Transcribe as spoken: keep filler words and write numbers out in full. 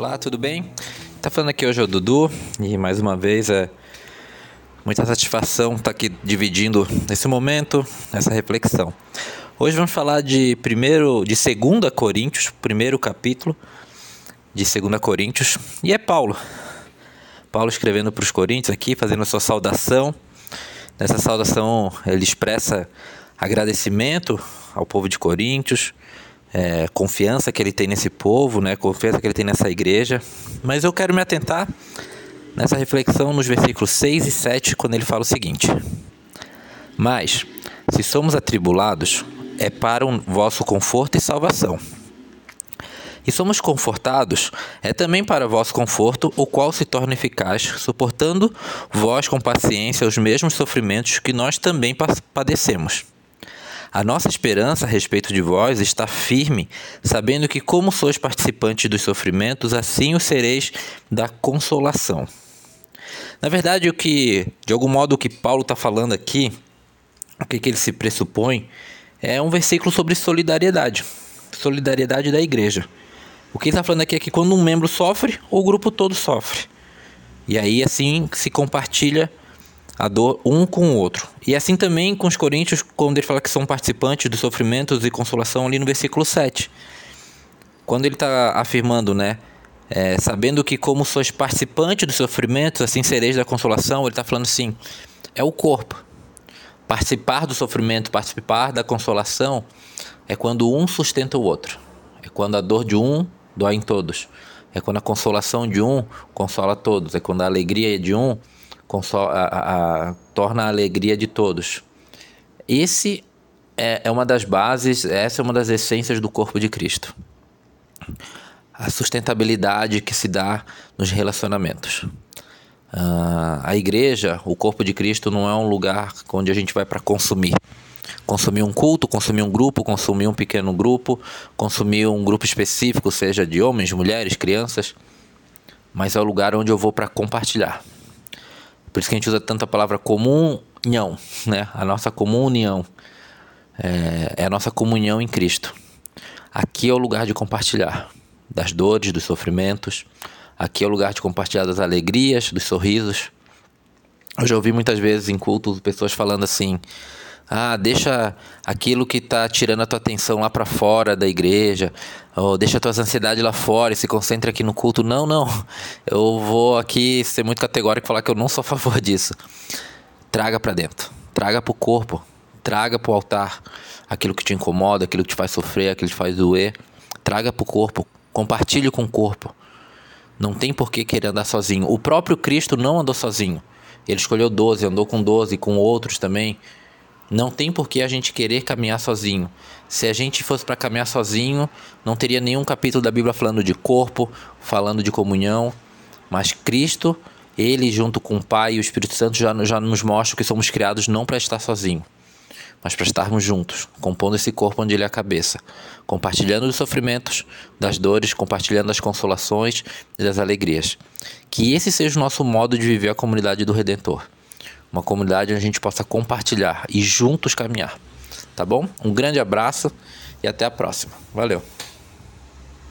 Olá, tudo bem? Tá falando aqui hoje é o Dudu e mais uma vez é muita satisfação estar aqui dividindo esse momento, essa reflexão. Hoje vamos falar de primeiro, de segunda Coríntios, primeiro capítulo de segunda Coríntios, e é Paulo. Paulo escrevendo para os Coríntios aqui, fazendo a sua saudação. Nessa saudação ele expressa agradecimento ao povo de Coríntios, É, confiança que ele tem nesse povo, né? Confiança que ele tem nessa igreja. Mas eu quero me atentar nessa reflexão nos versículos seis e sete, quando ele fala o seguinte: Mas, se somos atribulados, é para o vosso conforto e salvação. E somos confortados, é também para vosso conforto, o qual se torna eficaz, suportando vós com paciência os mesmos sofrimentos que nós também padecemos. A nossa esperança a respeito de vós está firme, sabendo que, como sois participantes dos sofrimentos, assim o sereis da consolação. Na verdade, o que, de algum modo, o que Paulo está falando aqui, o que, que ele se pressupõe, é um versículo sobre solidariedade, solidariedade da igreja. O que ele está falando aqui é que quando um membro sofre, o grupo todo sofre. E aí, assim, se compartilha a dor um com o outro. E assim também com os coríntios, quando ele fala que são participantes dos sofrimentos e consolação, ali no versículo sete. Quando ele está afirmando, né, é, sabendo que como sois participantes dos sofrimentos, assim sereis da consolação, ele está falando assim, é o corpo. Participar do sofrimento, participar da consolação, é quando um sustenta o outro. É quando a dor de um dói em todos. É quando a consolação de um consola todos. É quando a alegria de um Consola, a, a, torna a alegria de todos. Esse é, é uma das bases, essa é uma das essências do corpo de Cristo. A sustentabilidade que se dá nos relacionamentos. Uh, a igreja, o corpo de Cristo, não é um lugar onde a gente vai para consumir. Consumir um culto, consumir um grupo, consumir um pequeno grupo, consumir um grupo específico, seja de homens, mulheres, crianças. Mas é o lugar onde eu vou para compartilhar. Por isso que a gente usa tanto a palavra comunhão, né? A nossa comunhão é, é a nossa comunhão em Cristo. Aqui é o lugar de compartilhar das dores, dos sofrimentos. Aqui é o lugar de compartilhar das alegrias, dos sorrisos. Eu já ouvi muitas vezes em cultos pessoas falando assim: ah, deixa aquilo que está tirando a tua atenção lá para fora da igreja, ou deixa as tuas ansiedades lá fora e se concentra aqui no culto. Não, não, eu vou aqui ser muito categórico e falar que eu não sou a favor disso. Traga para dentro, traga para o corpo, traga para o altar aquilo que te incomoda, aquilo que te faz sofrer, aquilo que te faz doer. Traga para o corpo, compartilhe com o corpo. Não tem por que querer andar sozinho. O próprio Cristo não andou sozinho. Ele escolheu doze, andou com doze, com outros também. Não tem por que a gente querer caminhar sozinho. Se a gente fosse para caminhar sozinho, não teria nenhum capítulo da Bíblia falando de corpo, falando de comunhão. Mas Cristo, Ele junto com o Pai e o Espírito Santo já, já nos mostra que somos criados não para estar sozinhos, mas para estarmos juntos, compondo esse corpo onde Ele é a cabeça, compartilhando os sofrimentos, das dores, compartilhando as consolações e das alegrias. Que esse seja o nosso modo de viver a comunidade do Redentor. Uma comunidade onde a gente possa compartilhar e juntos caminhar. Tá bom? Um grande abraço e até a próxima. Valeu!